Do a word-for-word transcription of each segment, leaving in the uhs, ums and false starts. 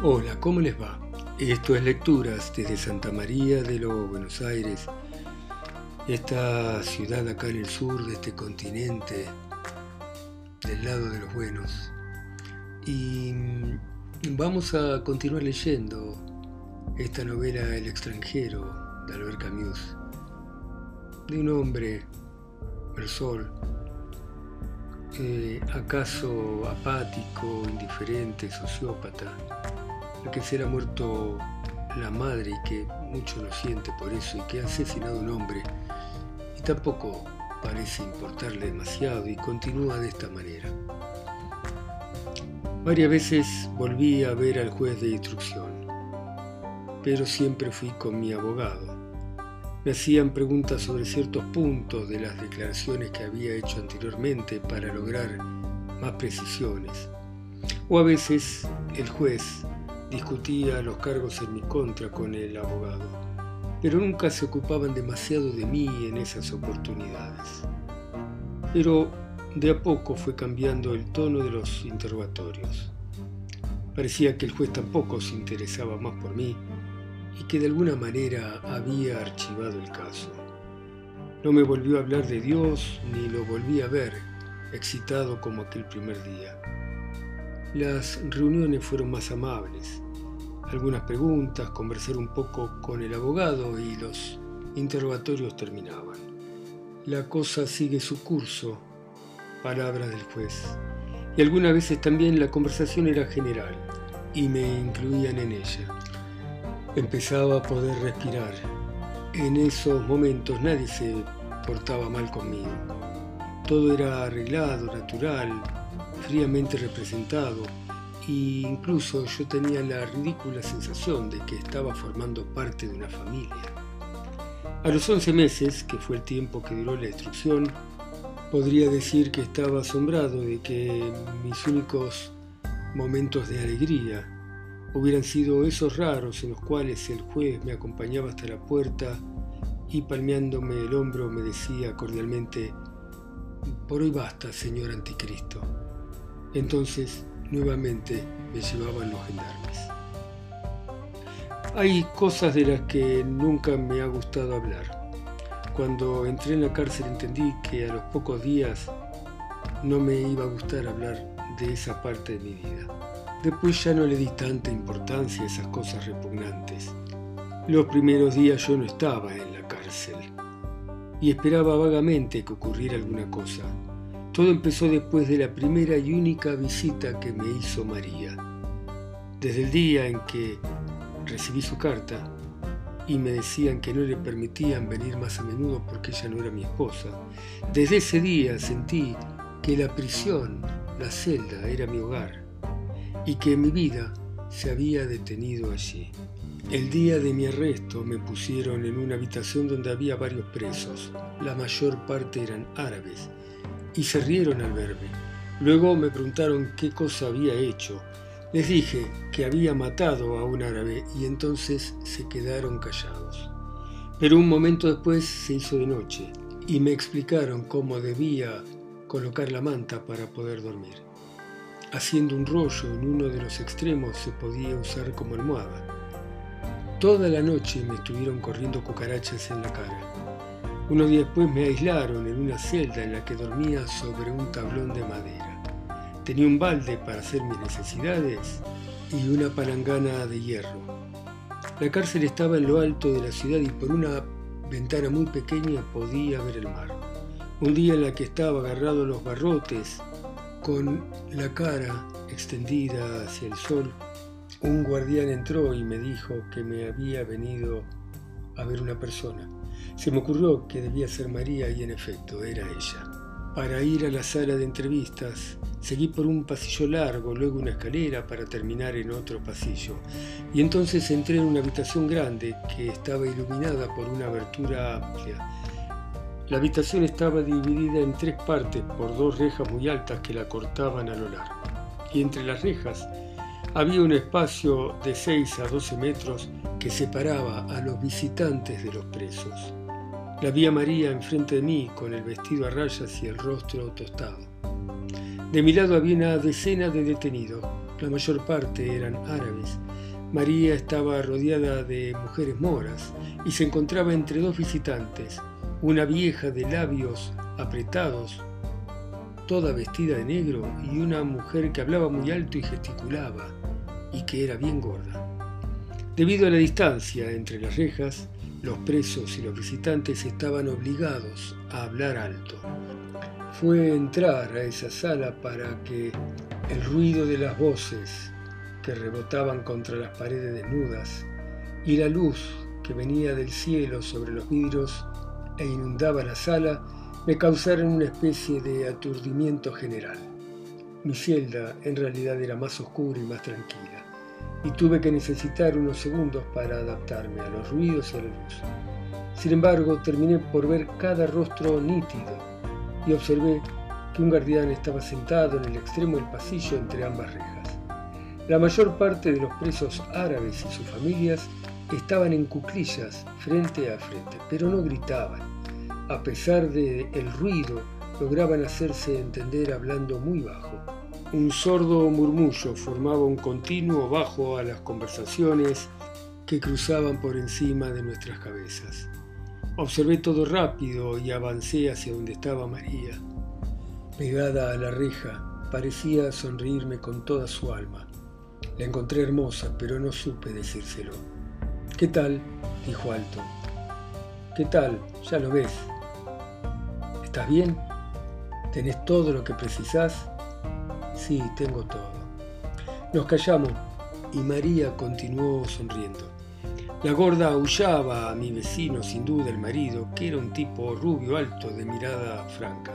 Hola, ¿cómo les va? Esto es Lecturas desde Santa María de los Buenos Aires, esta ciudad acá en el sur de este continente, del lado de los buenos. Y vamos a continuar leyendo esta novela El extranjero de Albert Camus, de un hombre, el sol, eh, acaso apático, indiferente, sociópata, al que se le ha muerto la madre y que mucho lo siente por eso, y que ha asesinado a un hombre y tampoco parece importarle demasiado, y continúa de esta manera. Varias veces volví a ver al juez de instrucción, pero siempre fui con mi abogado. Me hacían preguntas sobre ciertos puntos de las declaraciones que había hecho anteriormente para lograr más precisiones. O a veces el juez discutía los cargos en mi contra con el abogado, pero nunca se ocupaban demasiado de mí en esas oportunidades. Pero de a poco fue cambiando el tono de los interrogatorios. Parecía que el juez tampoco se interesaba más por mí y que de alguna manera había archivado el caso. No me volvió a hablar de Dios ni lo volví a ver excitado como aquel primer día. Las reuniones fueron más amables. Algunas preguntas, conversar un poco con el abogado y los interrogatorios terminaban. La cosa sigue su curso, palabras del juez. Y algunas veces también la conversación era general y me incluían en ella. Empezaba a poder respirar. En esos momentos nadie se portaba mal conmigo. Todo era arreglado, natural, fríamente representado, e incluso yo tenía la ridícula sensación de que estaba formando parte de una familia. A los once meses, que fue el tiempo que duró la instrucción, podría decir que estaba asombrado de que mis únicos momentos de alegría hubieran sido esos raros en los cuales el juez me acompañaba hasta la puerta y palmeándome el hombro me decía cordialmente: «Por hoy basta, señor anticristo». Entonces, nuevamente me llevaban los gendarmes. Hay cosas de las que nunca me ha gustado hablar. Cuando entré en la cárcel entendí que a los pocos días no me iba a gustar hablar de esa parte de mi vida. Después ya no le di tanta importancia a esas cosas repugnantes. Los primeros días yo no estaba en la cárcel y esperaba vagamente que ocurriera alguna cosa. Todo empezó después de la primera y única visita que me hizo María. Desde el día en que recibí su carta y me decían que no le permitían venir más a menudo porque ella no era mi esposa, desde ese día sentí que la prisión, la celda, era mi hogar y que mi vida se había detenido allí. El día de mi arresto me pusieron en una habitación donde había varios presos. La mayor parte eran árabes y se rieron al verme. Luego me preguntaron qué cosa había hecho. Les dije que había matado a un árabe y entonces se quedaron callados. Pero un momento después se hizo de noche y me explicaron cómo debía colocar la manta para poder dormir. Haciendo un rollo en uno de los extremos se podía usar como almohada. Toda la noche me estuvieron corriendo cucarachas en la cara. Unos días después me aislaron en una celda en la que dormía sobre un tablón de madera. Tenía un balde para hacer mis necesidades y una palangana de hierro. La cárcel estaba en lo alto de la ciudad y por una ventana muy pequeña podía ver el mar. Un día en la que estaba agarrado a los barrotes, con la cara extendida hacia el sol, un guardián entró y me dijo que me había venido a ver una persona. Se me ocurrió que debía ser María y en efecto era ella. Para ir a la sala de entrevistas seguí por un pasillo largo, luego una escalera para terminar en otro pasillo, y entonces entré en una habitación grande que estaba iluminada por una abertura amplia. La habitación estaba dividida en tres partes por dos rejas muy altas que la cortaban a lo largo, y entre las rejas había un espacio de seis a doce metros que separaba a los visitantes de los presos. La vi a María enfrente de mí con el vestido a rayas y el rostro tostado. De mi lado había una decena de detenidos, la mayor parte eran árabes, María estaba rodeada de mujeres moras y se encontraba entre dos visitantes, una vieja de labios apretados, toda vestida de negro, y una mujer que hablaba muy alto y gesticulaba, y que era bien gorda. Debido a la distancia entre las rejas, los presos y los visitantes estaban obligados a hablar alto. Fue entrar a esa sala para que el ruido de las voces que rebotaban contra las paredes desnudas y la luz que venía del cielo sobre los vidrios e inundaba la sala me causaran una especie de aturdimiento general. Mi celda en realidad era más oscura y más tranquila, y tuve que necesitar unos segundos para adaptarme a los ruidos y a la luz. Sin embargo, terminé por ver cada rostro nítido y observé que un guardián estaba sentado en el extremo del pasillo entre ambas rejas. La mayor parte de los presos árabes y sus familias estaban en cuclillas frente a frente, pero no gritaban. A pesar del ruido, lograban hacerse entender hablando muy bajo. Un sordo murmullo formaba un continuo bajo a las conversaciones que cruzaban por encima de nuestras cabezas. Observé todo rápido y avancé hacia donde estaba María. Pegada a la reja, parecía sonreírme con toda su alma. La encontré hermosa, pero no supe decírselo. «¿Qué tal?», dijo alto. «¿Qué tal? Ya lo ves. ¿Estás bien? ¿Tenés todo lo que precisás?». «Sí, tengo todo». Nos callamos y María continuó sonriendo. La gorda aullaba a mi vecino, sin duda el marido, que era un tipo rubio alto de mirada franca.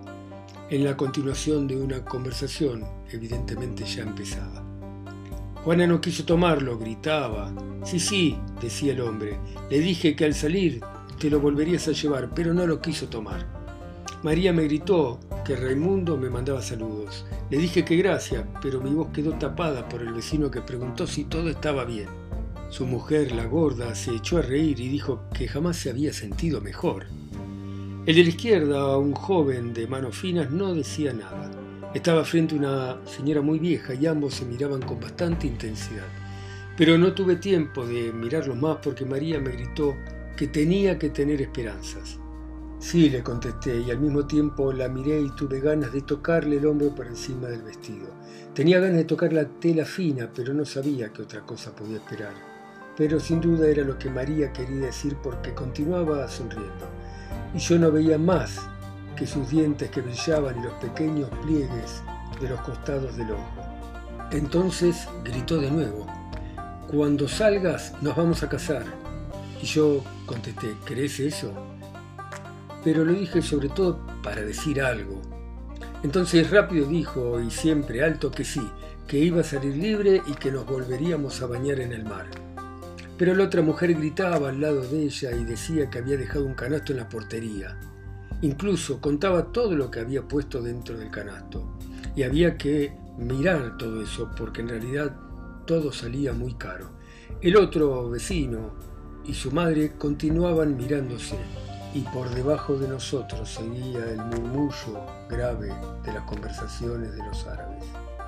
En la continuación de una conversación, evidentemente ya empezada. «Juana no quiso tomarlo», gritaba. «Sí, sí», decía el hombre, «le dije que al salir te lo volverías a llevar, pero no lo quiso tomar». María me gritó que Raimundo me mandaba saludos. Le dije que gracias, pero mi voz quedó tapada por el vecino que preguntó si todo estaba bien. Su mujer, la gorda, se echó a reír y dijo que jamás se había sentido mejor. El de la izquierda, un joven de manos finas, no decía nada. Estaba frente a una señora muy vieja y ambos se miraban con bastante intensidad. Pero no tuve tiempo de mirarlos más porque María me gritó que tenía que tener esperanzas. «Sí», le contesté, y al mismo tiempo la miré y tuve ganas de tocarle el hombro por encima del vestido. Tenía ganas de tocar la tela fina, pero no sabía qué otra cosa podía esperar. Pero sin duda era lo que María quería decir porque continuaba sonriendo. Y yo no veía más que sus dientes que brillaban y los pequeños pliegues de los costados del ojo. Entonces gritó de nuevo: «Cuando salgas nos vamos a casar». Y yo contesté: «¿Querés eso?». Pero lo dije sobre todo para decir algo. Entonces rápido dijo, y siempre alto, que sí, que iba a salir libre y que nos volveríamos a bañar en el mar. Pero la otra mujer gritaba al lado de ella y decía que había dejado un canasto en la portería. Incluso contaba todo lo que había puesto dentro del canasto. Y había que mirar todo eso porque en realidad todo salía muy caro. El otro vecino y su madre continuaban mirándose. Y por debajo de nosotros seguía el murmullo grave de las conversaciones de los árabes.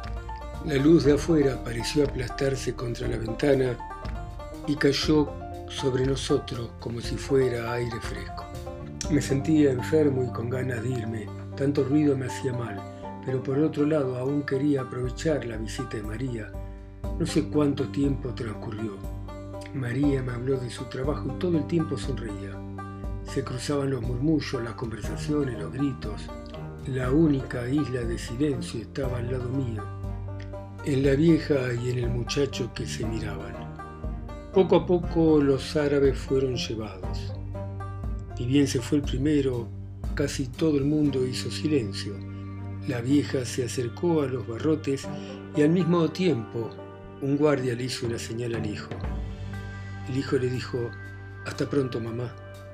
La luz de afuera pareció aplastarse contra la ventana y cayó sobre nosotros como si fuera aire fresco. Me sentía enfermo y con ganas de irme, tanto ruido me hacía mal, pero por otro lado aún quería aprovechar la visita de María. No sé cuánto tiempo transcurrió. María me habló de su trabajo y todo el tiempo sonreía. Se cruzaban los murmullos, las conversaciones, los gritos. La única isla de silencio estaba al lado mío, en la vieja y en el muchacho que se miraban. Poco a poco los árabes fueron llevados. Ni bien se fue el primero, casi todo el mundo hizo silencio. La vieja se acercó a los barrotes y al mismo tiempo un guardia le hizo una señal al hijo. El hijo le dijo: «Hasta pronto, mamá».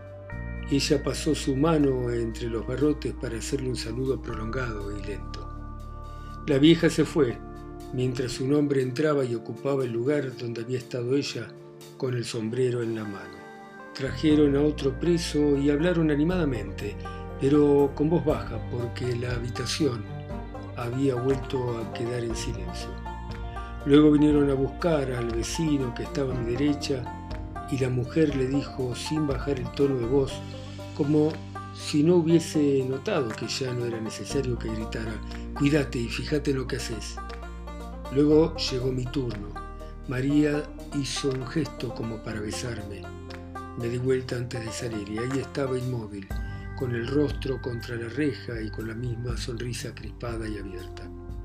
Ella pasó su mano entre los barrotes para hacerle un saludo prolongado y lento. La vieja se fue, mientras un hombre entraba y ocupaba el lugar donde había estado ella, con el sombrero en la mano. Trajeron a otro preso y hablaron animadamente, pero con voz baja, porque la habitación había vuelto a quedar en silencio. Luego vinieron a buscar al vecino que estaba a mi derecha y la mujer le dijo sin bajar el tono de voz, como si no hubiese notado que ya no era necesario que gritara: «Cuídate y fíjate lo que haces». Luego llegó mi turno. María hizo un gesto como para besarme. Me di vuelta antes de salir y ahí estaba inmóvil, con el rostro contra la reja y con la misma sonrisa crispada y abierta.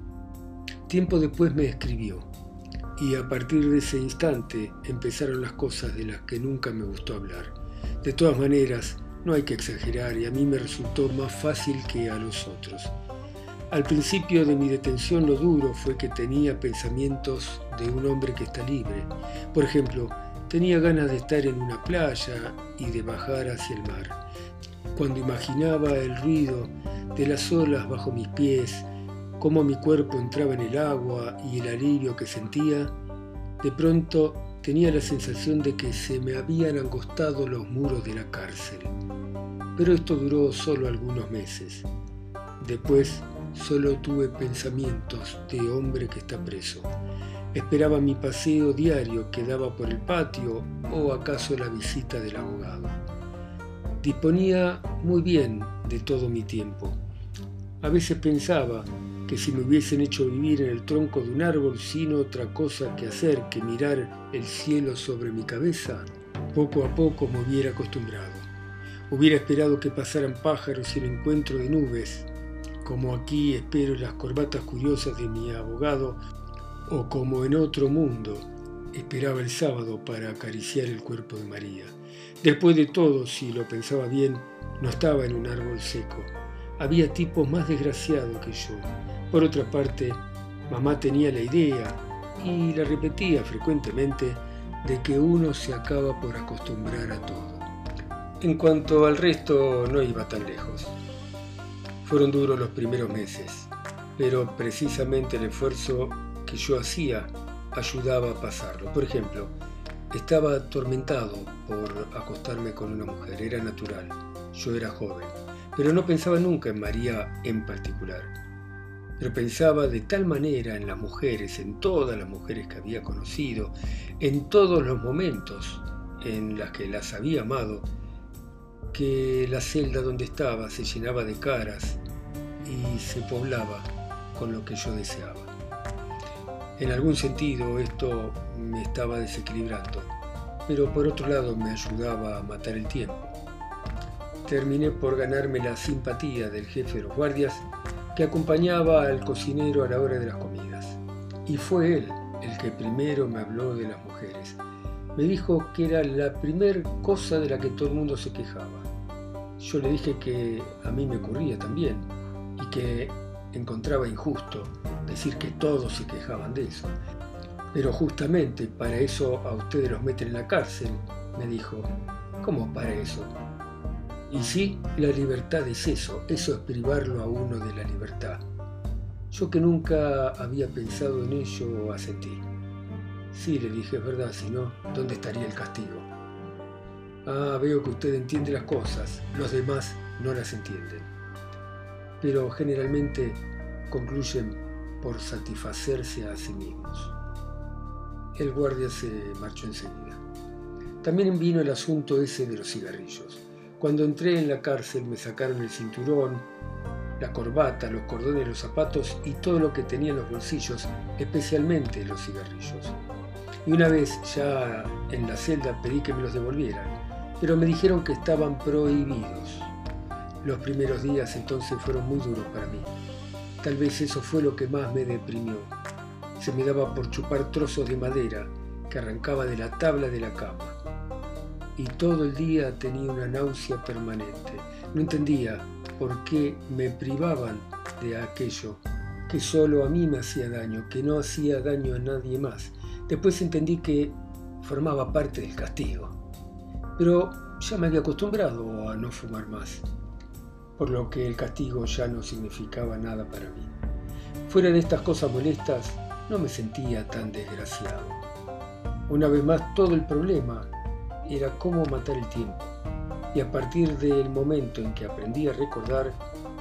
Tiempo después me escribió, y a partir de ese instante empezaron las cosas de las que nunca me gustó hablar. De todas maneras, no hay que exagerar, y a mí me resultó más fácil que a los otros. Al principio de mi detención lo duro fue que tenía pensamientos de un hombre que está libre. Por ejemplo, tenía ganas de estar en una playa y de bajar hacia el mar. Cuando imaginaba el ruido de las olas bajo mis pies, cómo mi cuerpo entraba en el agua y el alivio que sentía, de pronto tenía la sensación de que se me habían angostado los muros de la cárcel. Pero esto duró solo algunos meses. Después solo tuve pensamientos de hombre que está preso. Esperaba mi paseo diario que daba por el patio o acaso la visita del abogado. Disponía muy bien de todo mi tiempo. A veces pensaba que si me hubiesen hecho vivir en el tronco de un árbol sin otra cosa que hacer que mirar el cielo sobre mi cabeza, poco a poco me hubiera acostumbrado. Hubiera esperado que pasaran pájaros y el encuentro de nubes, como aquí espero las corbatas curiosas de mi abogado, o como en otro mundo esperaba el sábado para acariciar el cuerpo de María. Después de todo, si lo pensaba bien, no estaba en un árbol seco. Había tipos más desgraciados que yo. Por otra parte, mamá tenía la idea, y la repetía frecuentemente, de que uno se acaba por acostumbrar a todo. En cuanto al resto, no iba tan lejos. Fueron duros los primeros meses, pero precisamente el esfuerzo que yo hacía ayudaba a pasarlo. Por ejemplo, estaba atormentado por acostarme con una mujer, era natural, yo era joven, pero no pensaba nunca en María en particular. Pero pensaba de tal manera en las mujeres, en todas las mujeres que había conocido, en todos los momentos en los que las había amado, que la celda donde estaba se llenaba de caras y se poblaba con lo que yo deseaba. En algún sentido esto me estaba desequilibrando, pero por otro lado me ayudaba a matar el tiempo. Terminé por ganarme la simpatía del jefe de los guardias, que acompañaba al cocinero a la hora de las comidas. Y fue él el que primero me habló de las mujeres. Me dijo que era la primer cosa de la que todo el mundo se quejaba. Yo le dije que a mí me ocurría también y que encontraba injusto decir que todos se quejaban de eso. Pero justamente para eso a ustedes los meten en la cárcel, me dijo. ¿Cómo para eso? Y sí, la libertad es eso, eso es privarlo a uno de la libertad. Yo que nunca había pensado en ello, asentí. Sí, le dije, es verdad, si no, ¿dónde estaría el castigo? Ah, veo que usted entiende las cosas, los demás no las entienden. Pero generalmente concluyen por satisfacerse a sí mismos. El guardia se marchó enseguida. También vino el asunto ese de los cigarrillos. Cuando entré en la cárcel me sacaron el cinturón, la corbata, los cordones, los zapatos y todo lo que tenía en los bolsillos, especialmente los cigarrillos. Y una vez ya en la celda pedí que me los devolvieran, pero me dijeron que estaban prohibidos. Los primeros días entonces fueron muy duros para mí. Tal vez eso fue lo que más me deprimió. Se me daba por chupar trozos de madera que arrancaba de la tabla de la cama. Y todo el día tenía una náusea permanente. No entendía por qué me privaban de aquello que solo a mí me hacía daño, que no hacía daño a nadie más. Después entendí que formaba parte del castigo. Pero ya me había acostumbrado a no fumar más, por lo que el castigo ya no significaba nada para mí. Fuera de estas cosas molestas, no me sentía tan desgraciado. Una vez más, todo el problema era cómo matar el tiempo, y a partir del momento en que aprendí a recordar,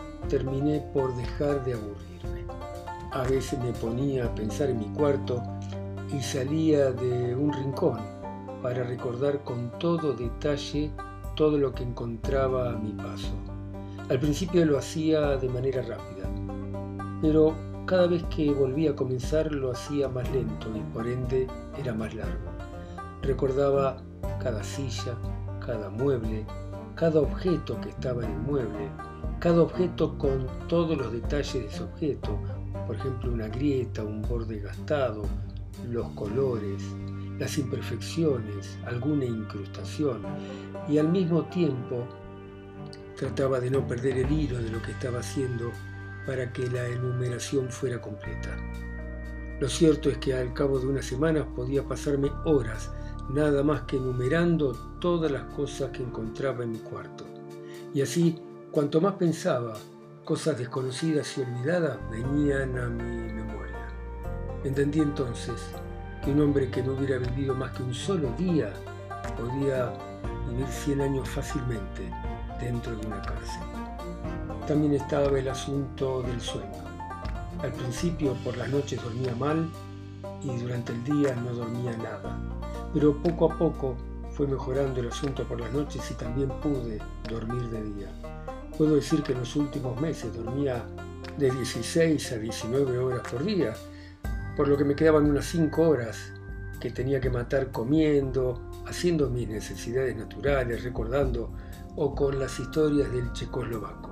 terminé por dejar de aburrirme. A veces me ponía a pensar en mi cuarto y salía de un rincón para recordar con todo detalle todo lo que encontraba a mi paso. Al principio lo hacía de manera rápida, pero cada vez que volvía a comenzar lo hacía más lento y por ende era más largo. Recordaba cada silla, cada mueble, cada objeto que estaba en el mueble, cada objeto con todos los detalles de ese objeto, por ejemplo una grieta, un borde gastado, los colores, las imperfecciones, alguna incrustación, y al mismo tiempo trataba de no perder el hilo de lo que estaba haciendo para que la enumeración fuera completa. Lo cierto es que al cabo de unas semanas podía pasarme horas nada más que enumerando todas las cosas que encontraba en mi cuarto. Y así, cuanto más pensaba, cosas desconocidas y olvidadas venían a mi memoria. Entendí entonces que un hombre que no hubiera vivido más que un solo día podía vivir cien años fácilmente dentro de una cárcel. También estaba el asunto del sueño. Al principio por las noches dormía mal y durante el día no dormía nada, pero poco a poco fue mejorando el asunto por las noches y también pude dormir de día. Puedo decir que en los últimos meses dormía de dieciséis a diecinueve horas por día, por lo que me quedaban unas cinco horas que tenía que matar comiendo, haciendo mis necesidades naturales, recordando o con las historias del checoslovaco.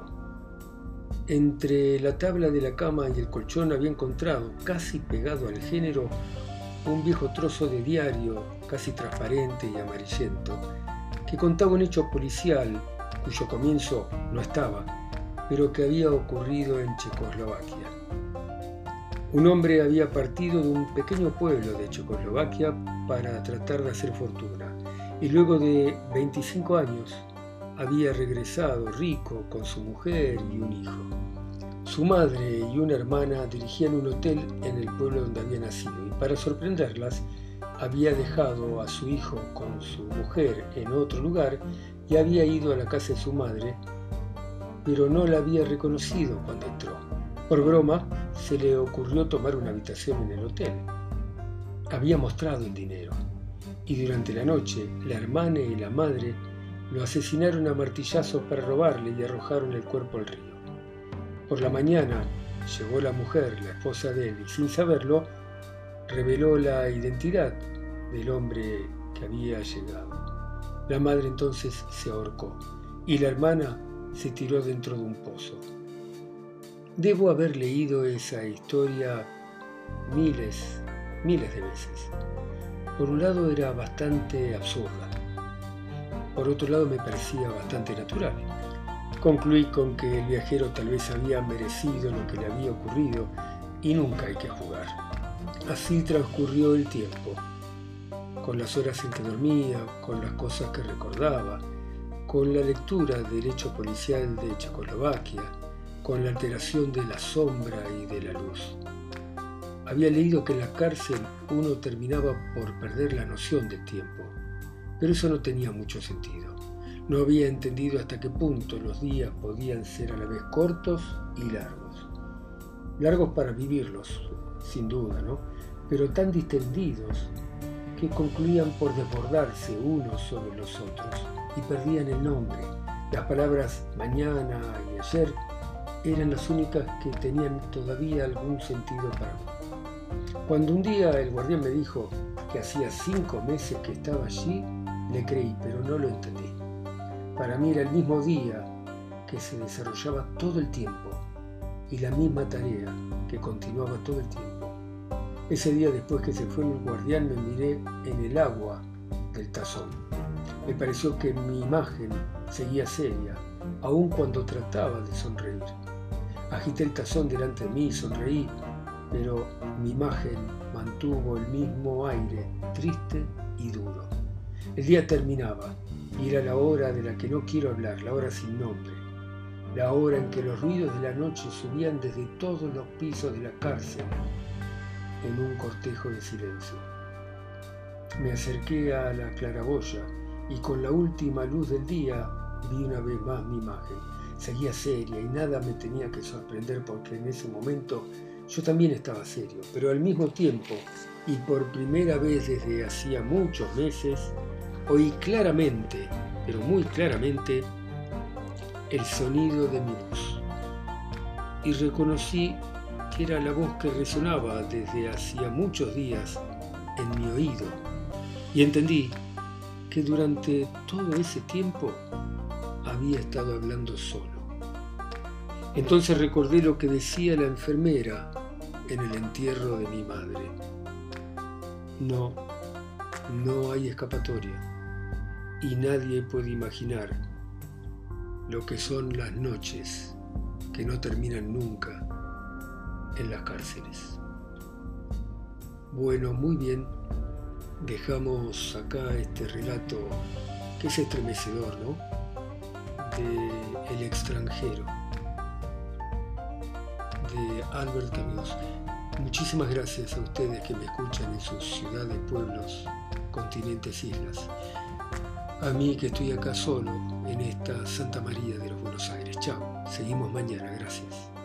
Entre la tabla de la cama y el colchón había encontrado, casi pegado al género, un viejo trozo de diario, casi transparente y amarillento, que contaba un hecho policial cuyo comienzo no estaba, pero que había ocurrido en Checoslovaquia. Un hombre había partido de un pequeño pueblo de Checoslovaquia para tratar de hacer fortuna, y luego de veinticinco años había regresado rico con su mujer y un hijo. Su madre y una hermana dirigían un hotel en el pueblo donde había nacido y para sorprenderlas había dejado a su hijo con su mujer en otro lugar y había ido a la casa de su madre, pero no la había reconocido cuando entró. Por broma, se le ocurrió tomar una habitación en el hotel. Había mostrado el dinero y durante la noche la hermana y la madre lo asesinaron a martillazos para robarle y arrojaron el cuerpo al río. Por la mañana llegó la mujer, la esposa de él, y sin saberlo, reveló la identidad del hombre que había llegado. La madre entonces se ahorcó y la hermana se tiró dentro de un pozo. Debo haber leído esa historia miles, miles de veces. Por un lado era bastante absurda. Por otro lado me parecía bastante natural. Concluí con que el viajero tal vez había merecido lo que le había ocurrido y nunca hay que jugar. Así transcurrió el tiempo, con las horas en que dormía, con las cosas que recordaba, con la lectura del hecho policial de Checoslovaquia, con la alteración de la sombra y de la luz. Había leído que en la cárcel uno terminaba por perder la noción del tiempo. Pero eso no tenía mucho sentido. No había entendido hasta qué punto los días podían ser a la vez cortos y largos. Largos para vivirlos, sin duda, ¿no? Pero tan distendidos que concluían por desbordarse unos sobre los otros y perdían el nombre. Las palabras mañana y ayer eran las únicas que tenían todavía algún sentido para mí. Cuando un día el guardián me dijo que hacía cinco meses que estaba allí, le creí, pero no lo entendí. Para mí era el mismo día que se desarrollaba todo el tiempo y la misma tarea que continuaba todo el tiempo. Ese día, después que se fue el guardián, me miré en el agua del tazón. Me pareció que mi imagen seguía seria, aun cuando trataba de sonreír. Agité el tazón delante de mí y sonreí, pero mi imagen mantuvo el mismo aire, triste y duro. El día terminaba y era la hora de la que no quiero hablar, la hora sin nombre, la hora en que los ruidos de la noche subían desde todos los pisos de la cárcel en un cortejo de silencio. Me acerqué a la claraboya y con la última luz del día vi una vez más mi imagen. Seguía seria y nada me tenía que sorprender porque en ese momento Yo también estaba serio, pero al mismo tiempo, y por primera vez desde hacía muchos meses, oí claramente, pero muy claramente, el sonido de mi voz. Y reconocí que era la voz que resonaba desde hacía muchos días en mi oído. Y entendí que durante todo ese tiempo había estado hablando solo. Entonces recordé lo que decía la enfermera en el entierro de mi madre. No, no hay escapatoria y nadie puede imaginar lo que son las noches que no terminan nunca en las cárceles. Bueno, muy bien, dejamos acá este relato que es estremecedor, ¿no? De El extranjero, de Albert Camus. Muchísimas gracias a ustedes que me escuchan en sus ciudades, pueblos, continentes, islas. A mí que estoy acá solo en esta Santa María de los Buenos Aires. Chao, seguimos mañana, gracias.